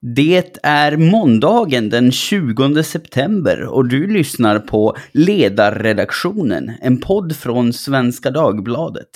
Det är måndagen den 20 september och du lyssnar på Ledarredaktionen, en podd från Svenska Dagbladet.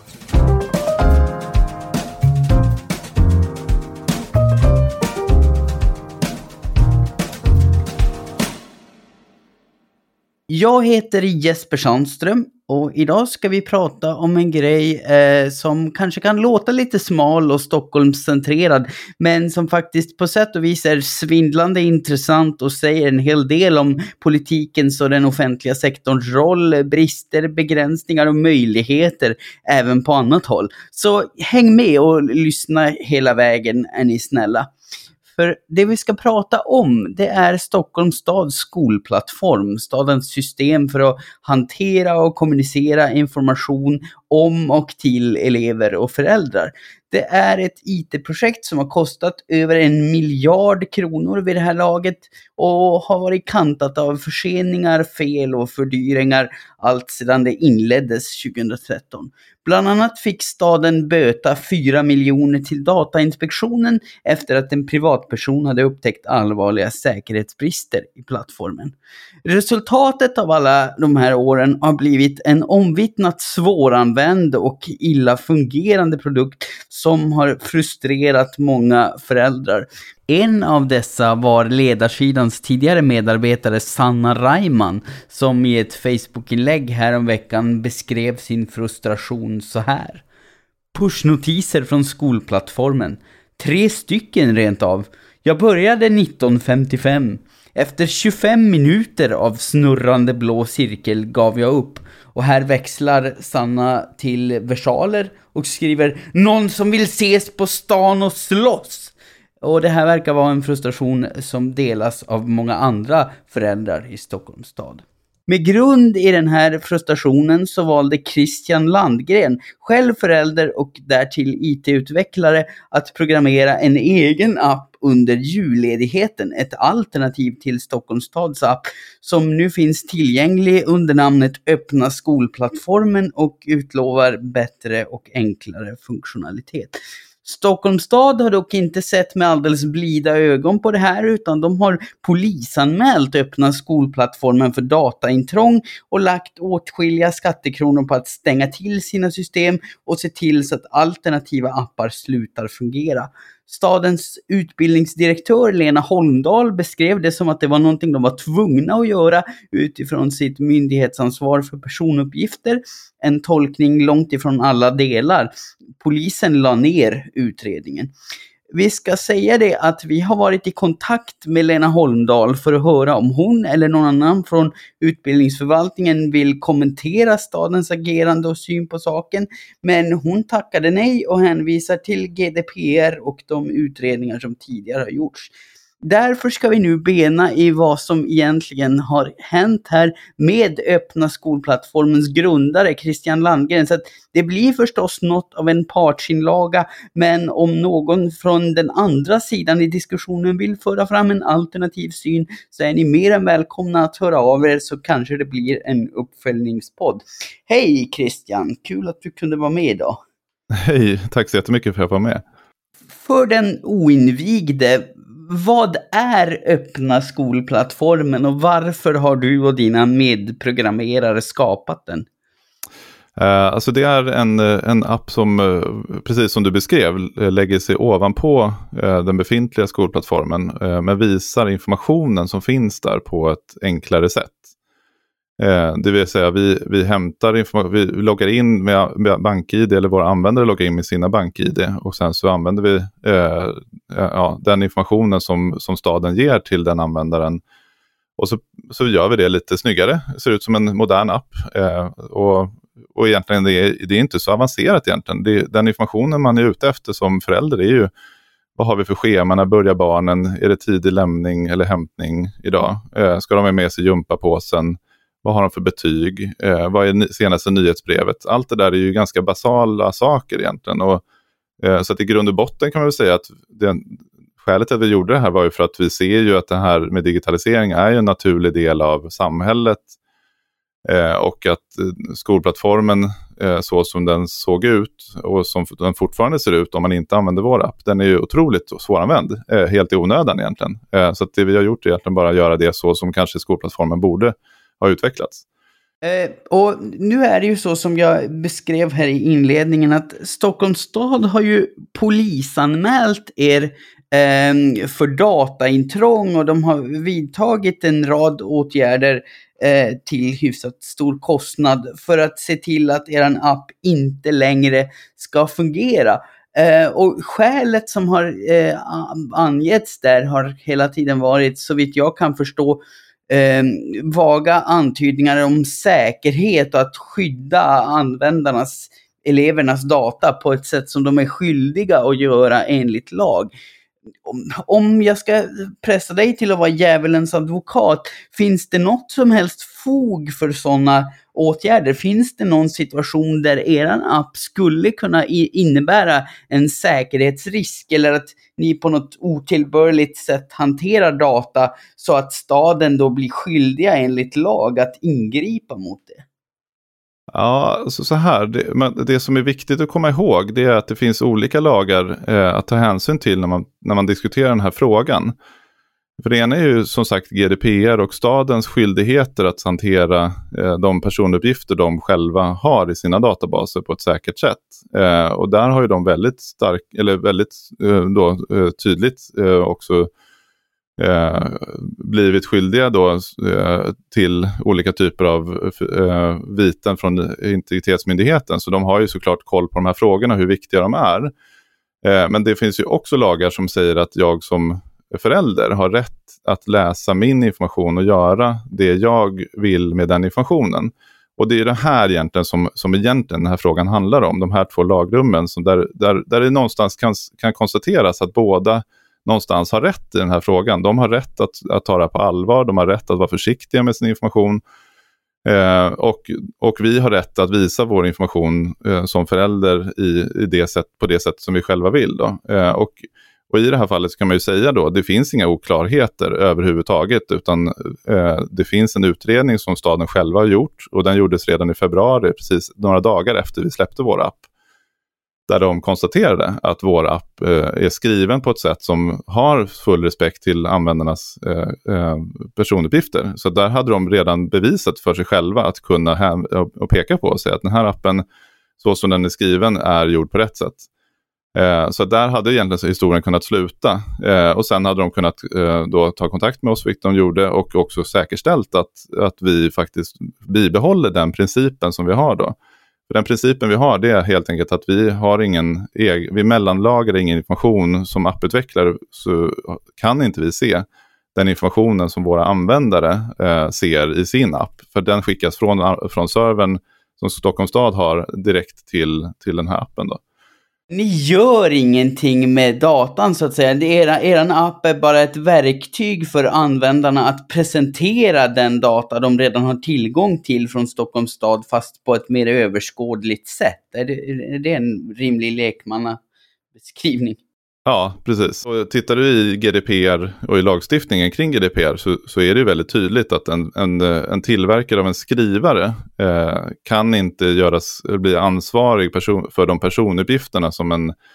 Jag heter Jesper Sandström och idag ska vi prata om en grej som kanske kan låta lite smal och Stockholmscentrerad, men som faktiskt på sätt och vis är svindlande intressant och säger en hel del om politikens och den offentliga sektorns roll, brister, begränsningar och möjligheter även på annat håll. Så häng med och lyssna hela vägen, är ni snälla. För det vi ska prata om, det är Stockholms stads skolplattform, stadens system för att hantera och kommunicera information om och till elever och föräldrar. Det är ett IT-projekt som har kostat över 1 miljard kronor vid det här laget och har varit kantat av förseningar, fel och fördyringar allt sedan det inleddes 2013. Bland annat fick staden böta 4 miljoner till Datainspektionen efter att en privatperson hade upptäckt allvarliga säkerhetsbrister i plattformen. Resultatet av alla de här åren har blivit en omvittnat svåranvänd och illa fungerande produkt som har frustrerat många föräldrar. En av dessa var ledarsidans tidigare medarbetare Sanna Reimann, som i ett Facebook-inlägg häromveckan beskrev sin frustration så här. Pushnotiser från skolplattformen. 3 stycken rent av. Jag började 1955. Efter 25 minuter av snurrande blå cirkel gav jag upp. Och här växlar Sanna till versaler och skriver någon som vill ses på stan och slåss. Och det här verkar vara en frustration som delas av många andra föräldrar i Stockholms stad. Med grund i den här frustrationen så valde Christian Landgren, själv förälder och därtill IT-utvecklare, att programmera en egen app under julledigheten, ett alternativ till Stockholms stads app som nu finns tillgänglig under namnet Öppna skolplattformen och utlovar bättre och enklare funktionalitet. Stockholms stad har dock inte sett med alldeles blida ögon på det här, utan de har polisanmält Öppna skolplattformen för dataintrång och lagt åtskilliga skattekronor på att stänga till sina system och se till så att alternativa appar slutar fungera. Stadens utbildningsdirektör Lena Holmdahl beskrev det som att det var någonting de var tvungna att göra utifrån sitt myndighetsansvar för personuppgifter. En tolkning långt ifrån alla delar. Polisen la ner utredningen. Vi ska säga det att vi har varit i kontakt med Lena Holmdahl för att höra om hon eller någon annan från utbildningsförvaltningen vill kommentera stadens agerande och syn på saken. Men hon tackade nej och hänvisar till GDPR och de utredningar som tidigare har gjorts. Därför ska vi nu bena i vad som egentligen har hänt här med Öppna skolplattformens grundare Christian Landgren. Så att det blir förstås något av en partsinlaga, men om någon från den andra sidan i diskussionen vill föra fram en alternativ syn så är ni mer än välkomna att höra av er, så kanske det blir en uppföljningspodd. Hej Christian, kul att du kunde vara med idag. Hej, tack så jättemycket för att jag var med. För den oinvigde, vad är Öppna skolplattformen och varför har du och dina medprogrammerare skapat den? Alltså det är en app som, precis som du beskrev, lägger sig ovanpå den befintliga skolplattformen men visar informationen som finns där på ett enklare sätt. Det vill säga vi hämtar vi loggar in med BankID, eller våra användare loggar in med sina BankID, och sen så använder vi den informationen som staden ger till den användaren, och så gör vi det lite snyggare. Det ser ut som en modern app och egentligen det är inte så avancerat egentligen. Den informationen man är ute efter som förälder är ju: vad har vi för schema, när börjar barnen, är det tidig lämning eller hämtning idag, ska de ha med sig gympapåsen, vad har de för betyg, vad är senaste nyhetsbrevet. Allt det där är ju ganska basala saker egentligen, och så att i grund och botten kan man väl säga att skälet att vi gjorde det här var ju för att vi ser ju att det här med digitalisering är ju en naturlig del av samhället. Och att skolplattformen så som den såg ut och som den fortfarande ser ut om man inte använder vår app, den är ju otroligt svåranvänd, helt i onödan egentligen. Så att det vi har gjort är egentligen bara göra det så som kanske skolplattformen borde ha utvecklats. Och nu är det ju så som jag beskrev här i inledningen att Stockholms stad har ju polisanmält er för dataintrång och de har vidtagit en rad åtgärder till hyfsat stor kostnad för att se till att er app inte längre ska fungera. Och skälet som har angetts där har hela tiden varit, så vitt jag kan förstå, vaga antydningar om säkerhet och att skydda elevernas data på ett sätt som de är skyldiga att göra enligt lag. Om jag ska pressa dig till att vara djävulens advokat, finns det något som helst fog för sådana åtgärder? Finns det någon situation där er app skulle kunna innebära en säkerhetsrisk eller att ni på något otillbörligt sätt hanterar data så att staden då blir skyldiga enligt lag att ingripa mot det? Ja, så här, det som är viktigt att komma ihåg, det är att det finns olika lagar att ta hänsyn till när man diskuterar den här frågan. För det ena är ju som sagt GDPR och stadens skyldigheter att hantera de personuppgifter de själva har i sina databaser på ett säkert sätt. Och där har ju de väldigt tydligt också blivit skyldiga då till olika typer av viten från integritetsmyndigheten. Så de har ju såklart koll på de här frågorna, hur viktiga de är. Men det finns ju också lagar som säger att jag som förälder har rätt att läsa min information och göra det jag vill med den informationen. Och det är det här egentligen som egentligen den här frågan handlar om. De här två lagrummen som där det någonstans kan konstateras att båda någonstans har rätt i den här frågan. De har rätt att ta det på allvar, de har rätt att vara försiktiga med sin information och vi har rätt att visa vår information som förälder på det sätt som vi själva vill då. Och i det här fallet så kan man ju säga då, det finns inga oklarheter överhuvudtaget, utan det finns en utredning som staden själva har gjort och den gjordes redan i februari, precis några dagar efter vi släppte vår app. Där de konstaterade att vår app är skriven på ett sätt som har full respekt till användarnas personuppgifter. Så där hade de redan bevisat för sig själva att kunna och peka på och säga att den här appen, så som den är skriven, är gjord på rätt sätt. Så där hade egentligen historien kunnat sluta. Och sen hade de kunnat då ta kontakt med oss, vilket de gjorde, och också säkerställt att vi faktiskt bibehåller den principen som vi har då. För den principen vi har, det är helt enkelt att vi mellanlagrar ingen information som apputvecklare, så kan inte vi se den informationen som våra användare ser i sin app. För den skickas från servern som Stockholms stad har direkt till den här appen då. Ni gör ingenting med datan så att säga. Eran app är bara ett verktyg för användarna att presentera den data de redan har tillgång till från Stockholms stad, fast på ett mer överskådligt sätt. Är det en rimlig lekmannabeskrivning? Ja, precis. Och tittar du i GDPR och i lagstiftningen kring GDPR så är det ju väldigt tydligt att en tillverkare av en skrivare kan inte bli ansvarig för de personuppgifterna som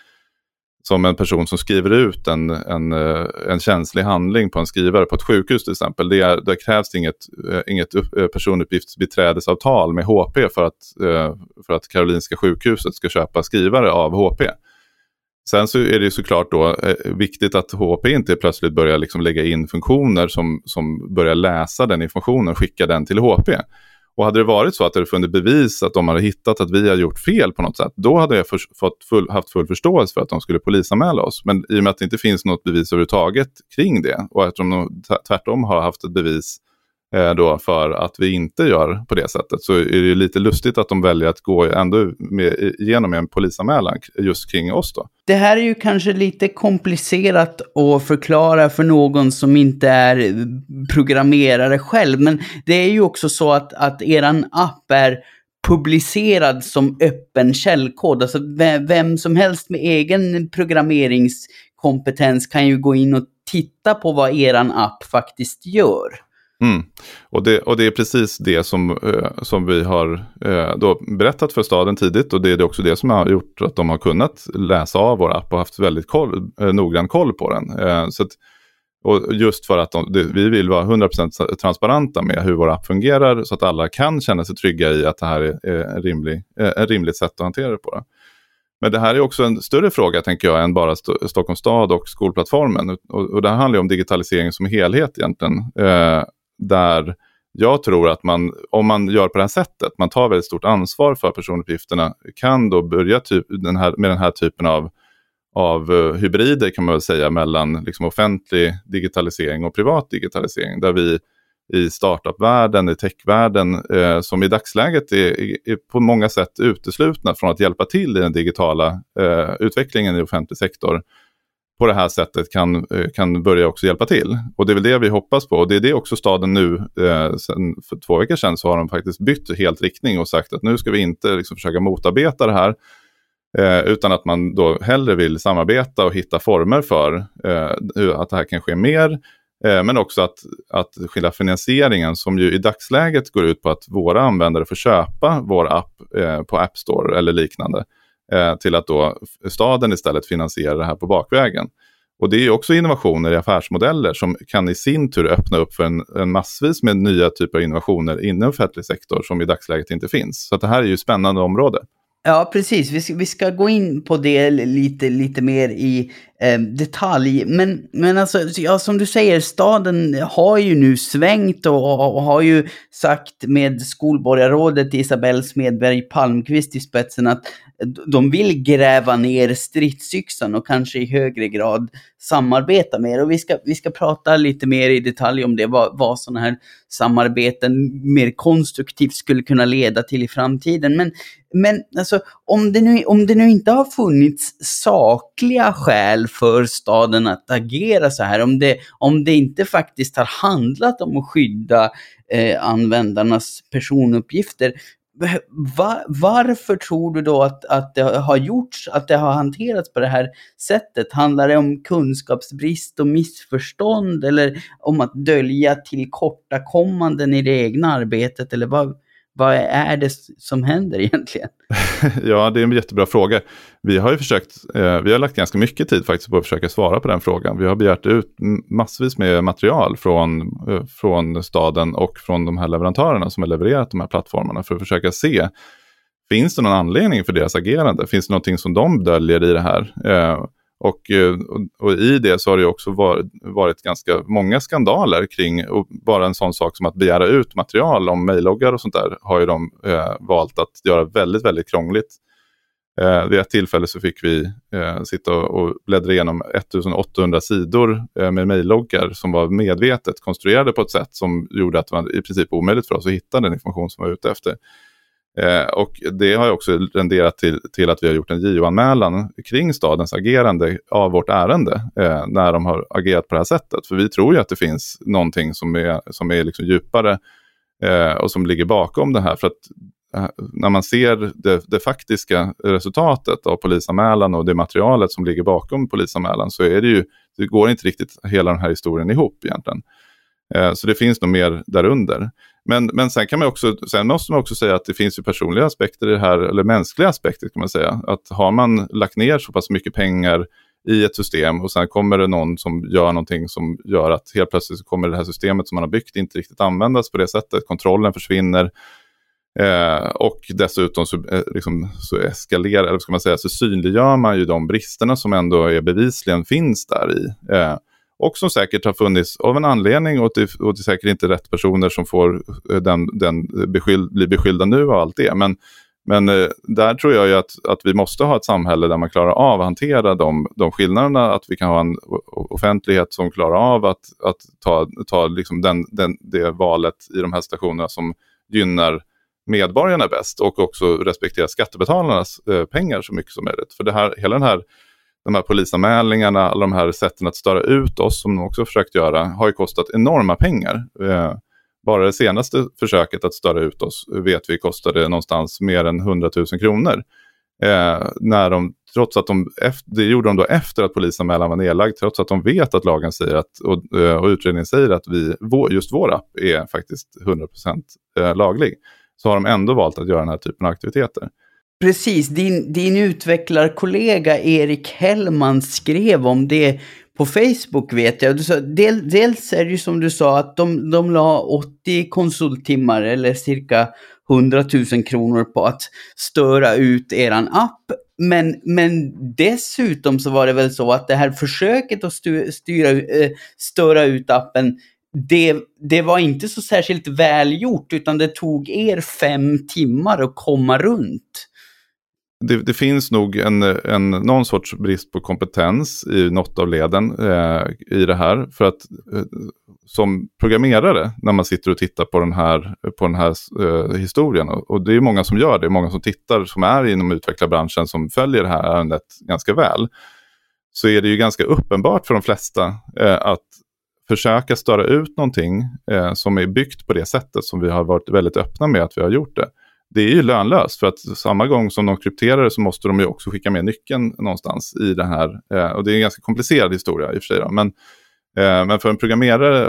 en person som skriver ut en känslig handling på en skrivare på ett sjukhus till exempel. Det krävs inget personuppgiftsbiträdesavtal med HP för att Karolinska sjukhuset ska köpa skrivare av HP. Sen så är det såklart då viktigt att HP inte plötsligt börjar liksom lägga in funktioner som börjar läsa den informationen och skicka den till HP. Och hade det varit så att det funnits bevis att de hade hittat att vi har gjort fel på något sätt, då hade jag haft full förståelse för att de skulle polisanmäla oss. Men i och med att det inte finns något bevis överhuvudtaget kring det, och eftersom de tvärtom har haft ett bevis då för att vi inte gör på det sättet, så är det ju lite lustigt att de väljer att gå ändå igenom en polisanmälan just kring oss då. Det här är ju kanske lite komplicerat att förklara för någon som inte är programmerare själv, men det är ju också så att eran app är publicerad som öppen källkod. Alltså vem som helst med egen programmeringskompetens kan ju gå in och titta på vad eran app faktiskt gör. Och det är precis det som vi har då berättat för staden tidigt, och det är också det som har gjort att de har kunnat läsa av vår app och haft väldigt noggrann koll på den. Så att, och just för att vi vill vara 100% transparenta med hur vår app fungerar, så att alla kan känna sig trygga i att det här är ett rimligt sätt att hantera det på det. Men det här är också en större fråga, tänker jag, än bara Stockholms stad och skolplattformen. Och det här handlar ju om digitalisering som helhet egentligen. Där jag tror att om man gör på det här sättet, man tar väldigt stort ansvar för personuppgifterna, kan då börja med den här typen av hybrider, kan man väl säga, mellan liksom offentlig digitalisering och privat digitalisering. Där vi i startup-världen, i tech-världen, som i dagsläget är på många sätt uteslutna från att hjälpa till i den digitala utvecklingen i offentlig sektor, på det här sättet kan börja också hjälpa till. Och det är väl det vi hoppas på. Och det är det också staden nu, för 2 veckor sedan så har de faktiskt bytt helt riktning och sagt att nu ska vi inte liksom försöka motarbeta det här, utan att man då hellre vill samarbeta och hitta former för att det här kan ske mer. Men också att skilja finansieringen, som ju i dagsläget går ut på att våra användare får köpa vår app på App Store eller liknande, till att då staden istället finansierar det här på bakvägen. Och det är ju också innovationer i affärsmodeller som kan i sin tur öppna upp för en massvis med nya typer av innovationer inom offentlig sektor som i dagsläget inte finns. Så att det här är ju ett spännande område. Ja, precis. Vi ska gå in på det lite mer i detalj. Men alltså, ja, som du säger, staden har ju nu svängt och har ju sagt med skolborgarrådet Isabelle Smedberg Palmqvist i spetsen att de vill gräva ner stridsyxan och kanske i högre grad samarbeta mer. Och vi ska prata lite mer i detalj om det, vad sådana här samarbeten mer konstruktivt skulle kunna leda till i framtiden. Men alltså, om det nu inte har funnits sakliga skäl för staden att agera så här, om det inte faktiskt har handlat om att skydda användarnas personuppgifter, varför tror du då att det har gjorts, att det har hanterats på det här sättet? Handlar det om kunskapsbrist och missförstånd, eller om att dölja tillkortakommanden i det egna arbetet, eller vad är det som händer egentligen? Ja, det är en jättebra fråga. Vi har lagt ganska mycket tid faktiskt på att försöka svara på den frågan. Vi har begärt ut massvis med material från staden och från de här leverantörerna som har levererat de här plattformarna, för att försöka se, finns det någon anledning för deras agerande? Finns det någonting som de döljer i det här? Och i det så har det också varit ganska många skandaler kring, och bara en sån sak som att begära ut material om mejlloggar och sånt där har ju de valt att göra väldigt, väldigt krångligt. Vid ett tillfälle så fick vi sitta och bläddra igenom 1800 sidor med mejlloggar som var medvetet konstruerade på ett sätt som gjorde att det var i princip omöjligt för oss att hitta den information som var ute efter. Och det har ju också renderat till att vi har gjort en JO-anmälan kring stadens agerande av vårt ärende när de har agerat på det här sättet. För vi tror ju att det finns någonting som är liksom djupare och som ligger bakom det här. För att när man ser det faktiska resultatet av polisanmälan och det materialet som ligger bakom polisanmälan, så är det går inte riktigt hela den här historien ihop egentligen. Så det finns nog mer därunder. Men sen måste man också säga att det finns ju personliga aspekter i det här, eller mänskliga aspekter kan man säga. Att har man lagt ner så pass mycket pengar i ett system och sen kommer det någon som gör någonting som gör att helt plötsligt så kommer det här systemet som man har byggt inte riktigt användas på det sättet. Kontrollen försvinner. Och dessutom så eskalerar, eller ska man säga, så synliggör man ju de bristerna som ändå bevisligen finns där i. Och som säkert har funnits av en anledning, och det är säkert inte rätt personer som får bli beskyllda nu och allt det. Men där tror jag ju att vi måste ha ett samhälle där man klarar av att hantera de skillnaderna, att vi kan ha en offentlighet som klarar av att ta liksom det valet i de här stationerna som gynnar medborgarna bäst, och också respektera skattebetalarnas pengar så mycket som möjligt. För de här polisanmälningarna, alla de här sätten att störa ut oss som de också försökt göra, har ju kostat enorma pengar. Bara det senaste försöket att störa ut oss vet vi kostade någonstans mer än 100 000 kronor. När de trots att det gjorde de då efter att polisanmälan var nedlagd, trots att de vet att lagen säger att, och utredningen säger att just vår app är faktiskt 100% laglig, så har de ändå valt att göra den här typen av aktiviteter. Precis, din utvecklarkollega Erik Hellman skrev om det på Facebook, vet jag. Dels är det ju som du sa att de la 80 konsulttimmar eller cirka 100 000 kronor på att störa ut eran app. Men dessutom så var det väl så att det här försöket att störa ut appen, det var inte så särskilt välgjort, utan det tog er 5 timmar att komma runt. Det finns nog någon sorts brist på kompetens i något av leden i det här. För att som programmerare, när man sitter och tittar på den här historien, och det är många som gör det, många som tittar som är inom utvecklarbranschen som följer det här ärendet ganska väl, så är det ju ganska uppenbart för de flesta att försöka störa ut någonting som är byggt på det sättet som vi har varit väldigt öppna med att vi har gjort det. Det är ju lönlöst, för att samma gång som de krypterar så måste de ju också skicka med nyckeln någonstans i det här. Och det är en ganska komplicerad historia i och för sig då. Men för en programmerare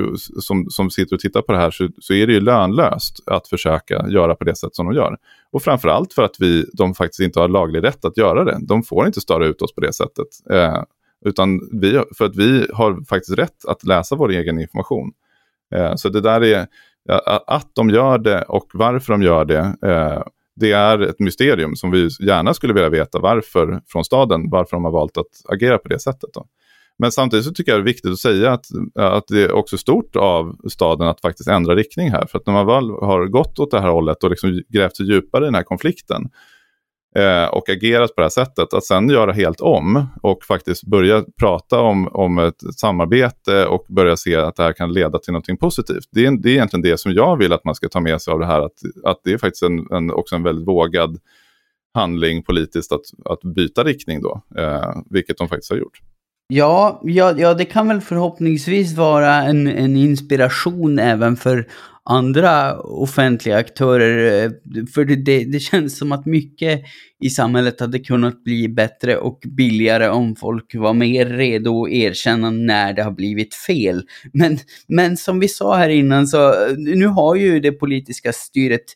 som sitter och tittar på det här så är det ju lönlöst att försöka göra på det sätt som de gör. Och framförallt för att de faktiskt inte har laglig rätt att göra det. De får inte störa ut oss på det sättet. Utan för att vi har faktiskt rätt att läsa vår egen information. Så det där är... Att de gör det och varför de gör det, det är ett mysterium som vi gärna skulle vilja veta varför de har valt att agera på det sättet då. Men samtidigt så tycker jag det är viktigt att säga att det är också stort av staden att faktiskt ändra riktning här. För att när man väl har gått åt det här hållet och liksom grävt sig djupare i den här konflikten och agerat på det här sättet, att sen göra helt om och faktiskt börja prata om ett samarbete och börja se att det här kan leda till något positivt. Det är egentligen det som jag vill att man ska ta med sig av det här, att det är faktiskt också en väldigt vågad handling politiskt att byta riktning då, vilket de faktiskt har gjort. Ja, det kan väl förhoppningsvis vara en inspiration även för andra offentliga aktörer, för det känns som att mycket i samhället hade kunnat bli bättre och billigare om folk var mer redo att erkänna när det har blivit fel. Men som vi sa här innan, så nu har ju det politiska styret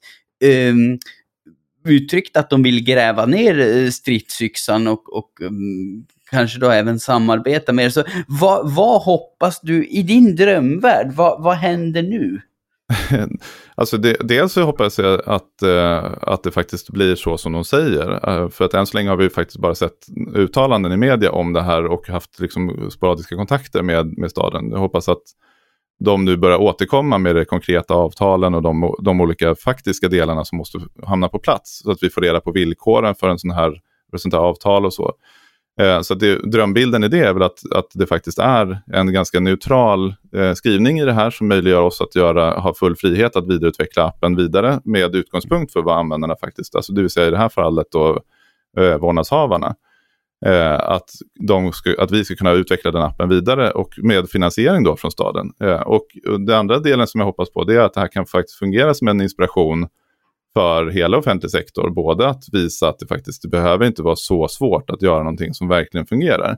uttryckt att de vill gräva ner stridsyxan och kanske då även samarbeta med er. Så vad hoppas du i din drömvärld? Vad händer nu? Alltså dels så hoppas jag att det faktiskt blir så som de säger. För att än så länge har vi faktiskt bara sett uttalanden i media om det här och haft liksom sporadiska kontakter med staden. Jag hoppas att de nu börjar återkomma med de konkreta avtalen och de olika faktiska delarna som måste hamna på plats. Så att vi får reda på villkoren för en sån här avtal och så. Så drömbilden i det är väl att det faktiskt är en ganska neutral skrivning i det här som möjliggör oss att ha full frihet att vidareutveckla appen vidare med utgångspunkt för vad användarna faktiskt, alltså det vill säga i det här fallet då vårdnadshavarna, att vi ska kunna utveckla den appen vidare och med finansiering då från staden. Och den andra delen som jag hoppas på, det är att det här kan faktiskt fungera som en inspiration för hela offentlig sektor, både att visa att det behöver inte vara så svårt att göra någonting som verkligen fungerar.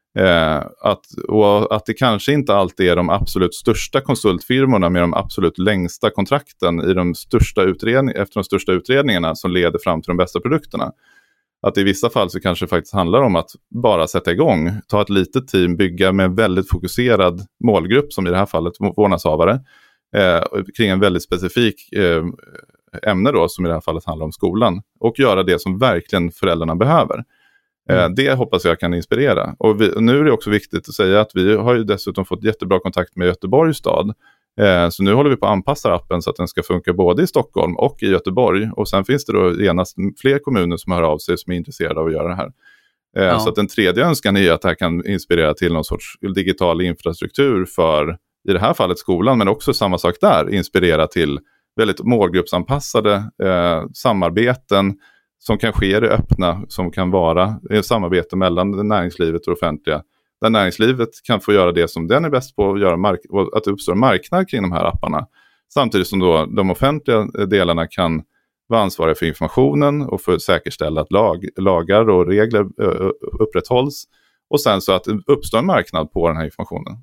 Att det kanske inte alltid är de absolut största konsultfirmorna med de absolut längsta kontrakten efter de största utredningarna som leder fram till de bästa produkterna. Att i vissa fall så kanske det faktiskt handlar om att bara sätta igång, ta ett litet team, bygga med en väldigt fokuserad målgrupp, som i det här fallet vårdnadshavare, kring en väldigt specifik ämne då, som i det här fallet handlar om skolan, och göra det som verkligen föräldrarna behöver. Det hoppas jag kan inspirera. Och nu är det också viktigt att säga att vi har ju dessutom fått jättebra kontakt med Göteborgs stad. Så nu håller vi på att anpassa appen så att den ska funka både i Stockholm och i Göteborg. Och sen finns det då genast fler kommuner som hör av sig som är intresserade av att göra det här. Så att den tredje önskan är att det här kan inspirera till någon sorts digital infrastruktur för, i det här fallet, skolan, men också samma sak där, inspirera till väldigt målgruppsanpassade samarbeten som kan ske i det öppna, som kan vara ett samarbete mellan näringslivet och det offentliga, där näringslivet kan få göra det som den är bäst på, att det uppstår en marknad kring de här apparna, samtidigt som då de offentliga delarna kan vara ansvariga för informationen och för att säkerställa att lagar och regler upprätthålls. Och sen så att det uppstår en marknad på den här informationen.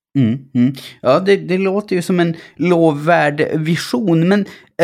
Ja, det låter ju som en lovvärd vision, men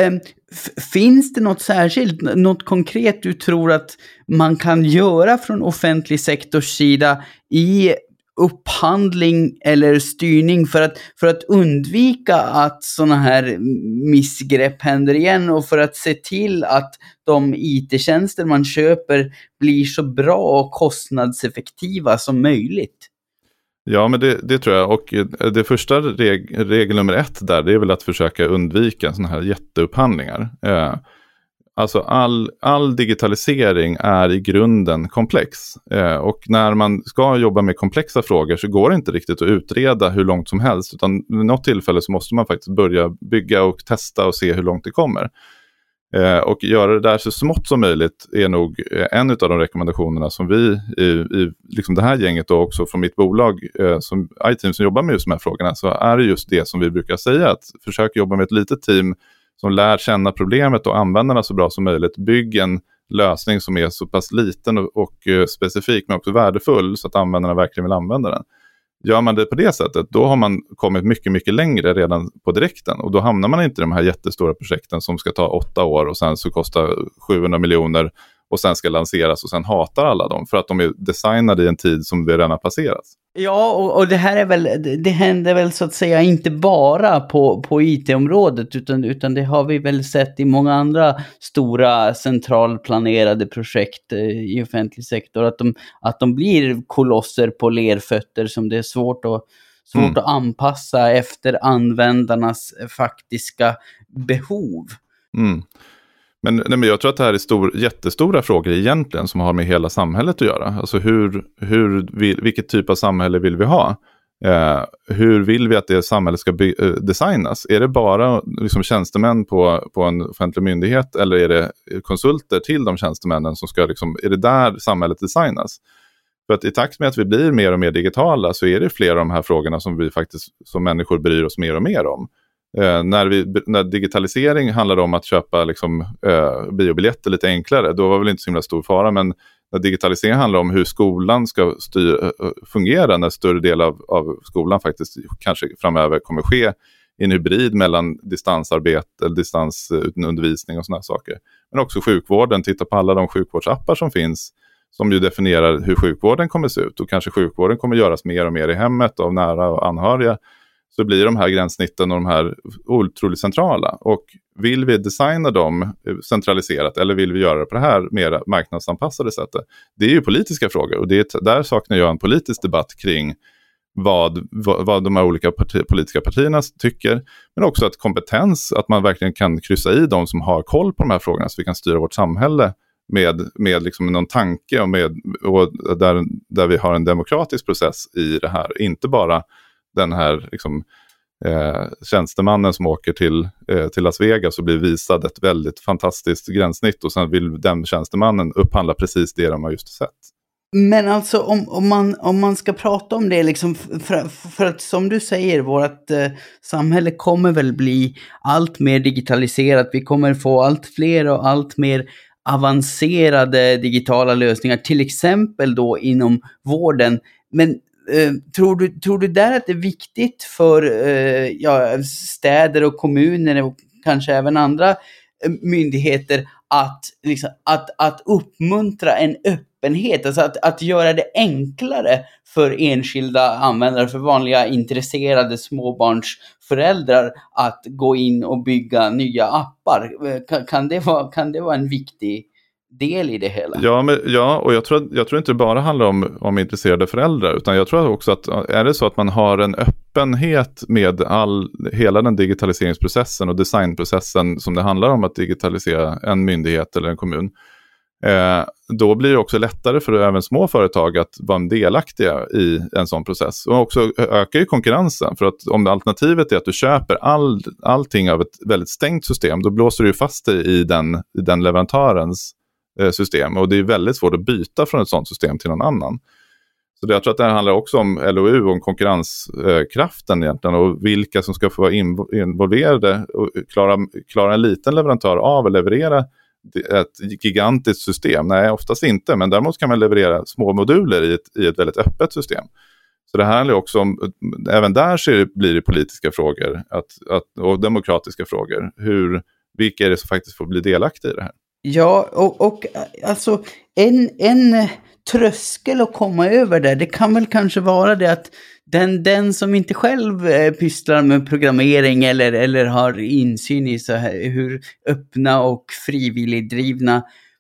finns det något särskilt, något konkret du tror att man kan göra från offentlig sektors sida i upphandling eller styrning för att undvika att såna här missgrepp händer igen och för att se till att de IT-tjänster man köper blir så bra och kostnadseffektiva som möjligt? Ja, men det tror jag. Och det första regel nummer 1 där, det är väl att försöka undvika sådana här jätteupphandlingar. Alltså all digitalisering är i grunden komplex. Och när man ska jobba med komplexa frågor så går det inte riktigt att utreda hur långt som helst. Utan vid något tillfälle så måste man faktiskt börja bygga och testa och se hur långt det kommer. Och göra det där så smått som möjligt är nog en av de rekommendationerna som vi i liksom det här gänget och också från mitt bolag som iTeam som jobbar med just de här frågorna, så är det just det som vi brukar säga, att försöka jobba med ett litet team som lär känna problemet och användarna så bra som möjligt. Bygg en lösning som är så pass liten och specifik men också värdefull så att användarna verkligen vill använda den. Gör man det på det sättet, då har man kommit mycket, mycket längre redan på direkten. Och då hamnar man inte i de här jättestora projekten som ska ta 8 år och sen så kostar 700 miljoner och sen ska lanseras och sen hatar alla dem för att de är designade i en tid som vi redan har passerat. Ja, och det här är väl, det händer väl så att säga inte bara på IT-området utan det har vi väl sett i många andra stora centralplanerade projekt i offentlig sektor, att de blir kolosser på lerfötter som det är svårt att anpassa efter användarnas faktiska behov. Men jag tror att det här är jättestora frågor egentligen som har med hela samhället att göra. Alltså vilket typ av samhälle vill vi ha? Hur vill vi att det samhället ska designas? Är det bara liksom tjänstemän på en offentlig myndighet eller är det konsulter till de tjänstemännen som ska liksom, är det där samhället designas? För att i takt med att vi blir mer och mer digitala så är det flera av de här frågorna som vi faktiskt som människor bryr oss mer och mer om. När digitalisering handlar om att köpa liksom, biobiljetter lite enklare, då var väl inte så himla stor fara, men när digitalisering handlar om hur skolan ska fungera, när större del av skolan faktiskt kanske framöver kommer ske i en hybrid mellan distansarbete eller distansundervisning och sådana saker. Men också sjukvården, titta på alla de sjukvårdsappar som finns som ju definierar hur sjukvården kommer se ut, och kanske sjukvården kommer göras mer och mer i hemmet av nära och anhöriga. Så blir de här gränssnitten och de här otroligt centrala. Och vill vi designa dem centraliserat eller vill vi göra det på det här mer marknadsanpassade sättet? Det är ju politiska frågor, och där saknar jag en politisk debatt kring vad de här olika politiska partierna tycker. Men också att kompetens, att man verkligen kan kryssa i de som har koll på de här frågorna så vi kan styra vårt samhälle med liksom någon tanke och där vi har en demokratisk process i det här. Inte bara den här liksom, tjänstemannen som åker till Las Vegas och blir visad ett väldigt fantastiskt gränssnitt och sen vill den tjänstemannen upphandla precis det de har just sett. Men alltså om man ska prata om det liksom, för att som du säger, vårt samhälle kommer väl bli allt mer digitaliserat. Vi kommer få allt fler och allt mer avancerade digitala lösningar, till exempel då inom vården. Men tror du där att det är viktigt för städer och kommuner och kanske även andra myndigheter att uppmuntra en öppenhet, alltså att göra det enklare för enskilda användare, för vanliga intresserade småbarnsföräldrar att gå in och bygga nya appar? Kan det vara en viktig del i det hela? Ja, och jag tror inte det bara handlar om intresserade föräldrar, utan jag tror också att är det så att man har en öppenhet med hela den digitaliseringsprocessen och designprocessen som det handlar om att digitalisera en myndighet eller en kommun, då blir det också lättare för även små företag att vara delaktiga i en sån process. Och också ökar ju konkurrensen, för att om alternativet är att du köper allting av ett väldigt stängt system, då blåser du ju fast dig i den leverantörens system, och det är väldigt svårt att byta från ett sånt system till någon annan. Så jag tror att det här handlar också om LOU, om konkurrenskraften egentligen, och vilka som ska få vara involverade och klara en liten leverantör av att leverera ett gigantiskt system. Nej, oftast inte, men däremot kan man leverera små moduler i ett väldigt öppet system. Så det här handlar också om, även där blir det politiska frågor och demokratiska frågor. Vilka är det som faktiskt får bli delaktiga i det här? Ja, och alltså en tröskel att komma över där, det kan väl kanske vara det att den som inte själv pysslar med programmering eller har insyn i så här, hur öppna och frivilligdrivna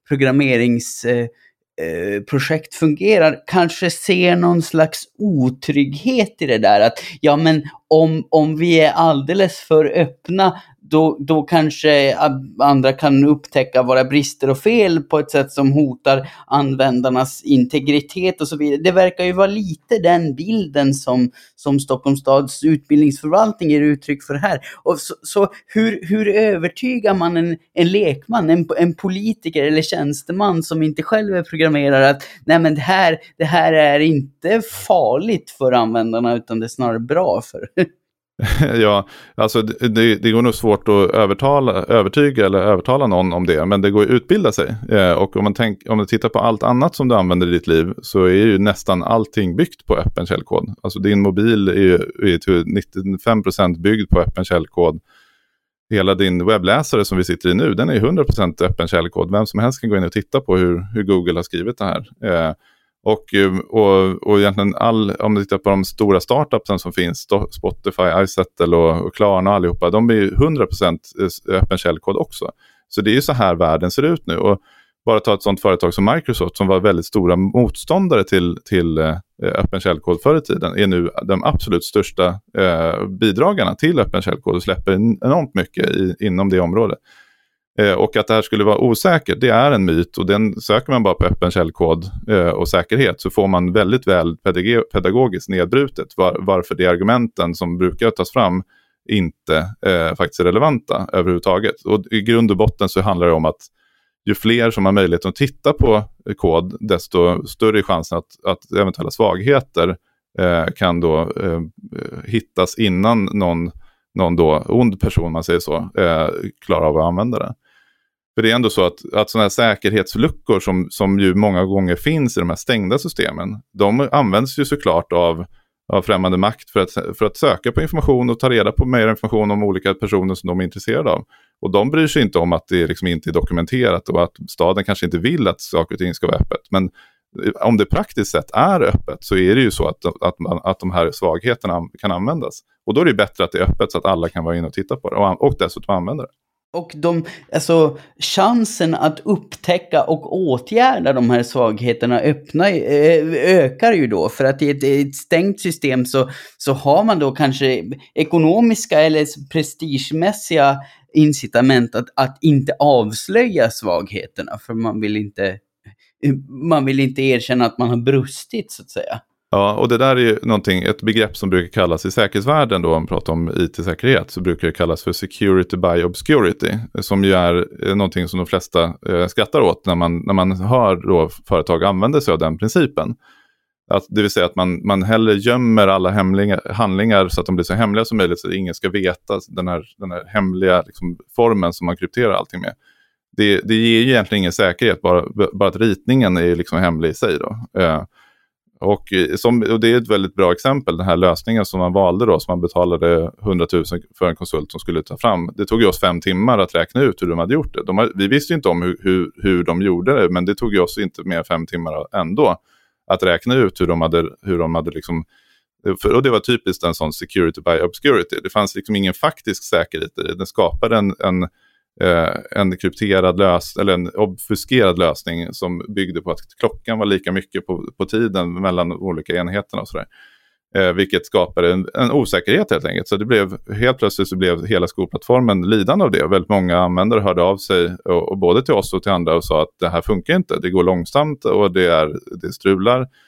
programmeringsprojekt fungerar, kanske ser någon slags otrygghet i det där, att ja, men om vi är alldeles för öppna, då kanske andra kan upptäcka våra brister och fel på ett sätt som hotar användarnas integritet och så vidare. Det verkar ju vara lite den bilden som Stockholms stads utbildningsförvaltning ger uttryck för här. Och så hur övertygar man en lekman, en politiker eller tjänsteman som inte själv är programmerare att nej, men det här är inte farligt för användarna, utan det är snarare bra för... Ja, alltså det går nog svårt att övertyga eller övertala någon om det, men det går att utbilda sig. Och om du tittar på allt annat som du använder i ditt liv, så är ju nästan allting byggt på öppen källkod. Alltså din mobil är till 95% byggd på öppen källkod. Hela din webbläsare som vi sitter i nu, den är 100% öppen källkod. Vem som helst kan gå in och titta på hur Google har skrivit det här. Och egentligen om du tittar på de stora startupsen som finns, Spotify, iSettle och Klarna och allihopa, de är ju 100% öppen källkod också. Så det är ju så här världen ser ut nu. Och bara ta ett sånt företag som Microsoft, som var väldigt stora motståndare till öppen källkod förr i tiden, är nu de absolut största bidragarna till öppen källkod och släpper enormt mycket inom det området. Och att det här skulle vara osäkert, det är en myt, och den söker man bara på öppen källkod och säkerhet, så får man väldigt väl pedagogiskt nedbrutet varför de argumenten som brukar tas fram inte faktiskt är relevanta överhuvudtaget. Och i grund och botten så handlar det om att ju fler som har möjlighet att titta på kod, desto större är chansen att eventuella svagheter kan då hittas innan någon då ond person, man säger så, klarar av att använda det. För det är ändå så att sådana här säkerhetsluckor som ju många gånger finns i de här stängda systemen, de används ju såklart av främmande makt för att söka på information och ta reda på mer information om olika personer som de är intresserade av. Och de bryr sig inte om att det liksom inte är dokumenterat och att staden kanske inte vill att saker och ting ska vara öppet. Men om det praktiskt sett är öppet, så är det ju så att de här svagheterna kan användas. Och då är det bättre att det är öppet så att alla kan vara inne och titta på det och dessutom använda det. Och chansen att upptäcka och åtgärda de här svagheterna ökar ju då. För att i ett stängt system så har man då kanske ekonomiska eller prestigemässiga incitament att inte avslöja svagheterna. För man vill inte erkänna att man har brustit, så att säga. Ja, och det där är ju ett begrepp som brukar kallas i säkerhetsvärlden då, om man pratar om IT-säkerhet, så brukar det kallas för security by obscurity, som ju är någonting som de flesta skrattar åt när man hör då företag använder sig av den principen. Det vill säga att man hellre gömmer alla handlingar så att de blir så hemliga som möjligt, så att ingen ska veta den här hemliga liksom, formen som man krypterar allting med. Det ger ju egentligen ingen säkerhet, bara att ritningen är liksom hemlig i sig då. Och det är ett väldigt bra exempel, den här lösningen som man valde då, som man betalade 100 000 för en konsult som skulle ta fram. Det tog ju oss 5 timmar att räkna ut hur de hade gjort det. Vi visste ju inte om hur de gjorde det, men det tog ju oss inte mer än 5 timmar ändå att räkna ut hur de hade liksom, och det var typiskt en sån security by obscurity. Det fanns liksom ingen faktisk säkerhet i det. Den skapade en krypterad eller en obfuskerad lösning som byggde på att klockan var lika mycket på tiden mellan olika enheterna och sådär. Vilket skapade en osäkerhet helt enkelt. Så helt plötsligt så blev hela skolplattformen lidande av det. Väldigt många användare hörde av sig och både till oss och till andra och sa att det här funkar inte. Det går långsamt och det strular.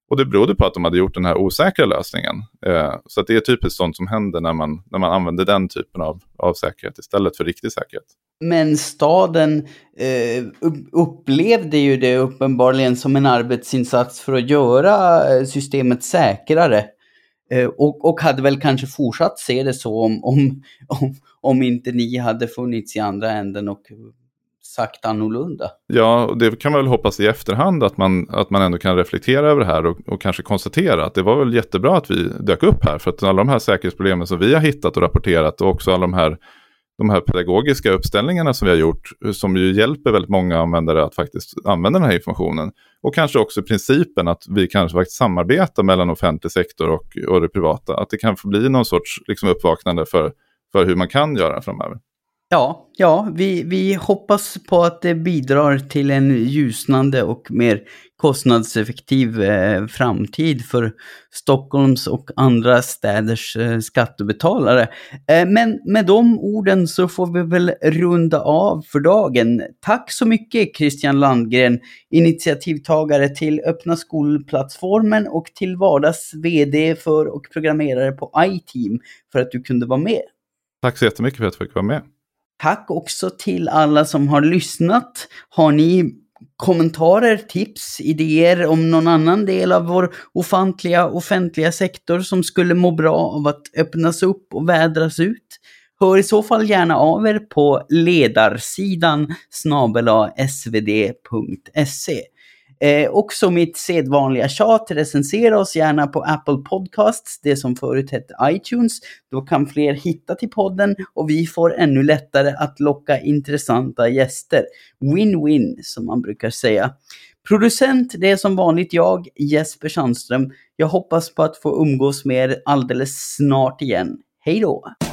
Och det berodde på att de hade gjort den här osäkra lösningen. Så att det är typiskt sånt som händer när man använder den typen av säkerhet istället för riktig säkerhet. Men staden upplevde ju det uppenbarligen som en arbetsinsats för att göra systemet säkrare. Och hade väl kanske fortsatt se det så om inte ni hade funnits i andra änden och sagt annorlunda. Ja, och det kan man väl hoppas i efterhand att man ändå kan reflektera över det här och kanske konstatera att det var väl jättebra att vi dök upp här, för att alla de här säkerhetsproblemen som vi har hittat och rapporterat och också alla de här pedagogiska uppställningarna som vi har gjort, som ju hjälper väldigt många användare att faktiskt använda den här informationen. Och kanske också principen att vi kanske faktiskt samarbetar mellan offentlig sektor och det privata. Att det kan få bli någon sorts liksom uppvaknande för hur man kan göra framöver. Ja, vi hoppas på att det bidrar till en ljusnande och mer kostnadseffektiv framtid för Stockholms och andra städers skattebetalare. Men med de orden så får vi väl runda av för dagen. Tack så mycket Christian Landgren, initiativtagare till Öppna skolplattformen och till vardags vd för och programmerare på iTeam, för att du kunde vara med. Tack så jättemycket för att jag fick vara med. Tack också till alla som har lyssnat. Har ni kommentarer, tips, idéer om någon annan del av vår offentliga sektor som skulle må bra av att öppnas upp och vädras ut? Hör i så fall gärna av er på ledarsidan @svd.se. Också mitt sedvanliga tjat, recensera oss gärna på Apple Podcasts, det som förut hette iTunes. Då kan fler hitta till podden och vi får ännu lättare att locka intressanta gäster. Win-win, som man brukar säga. Producent, det är som vanligt jag, Jesper Sandström. Jag hoppas på att få umgås med er alldeles snart igen. Hej då!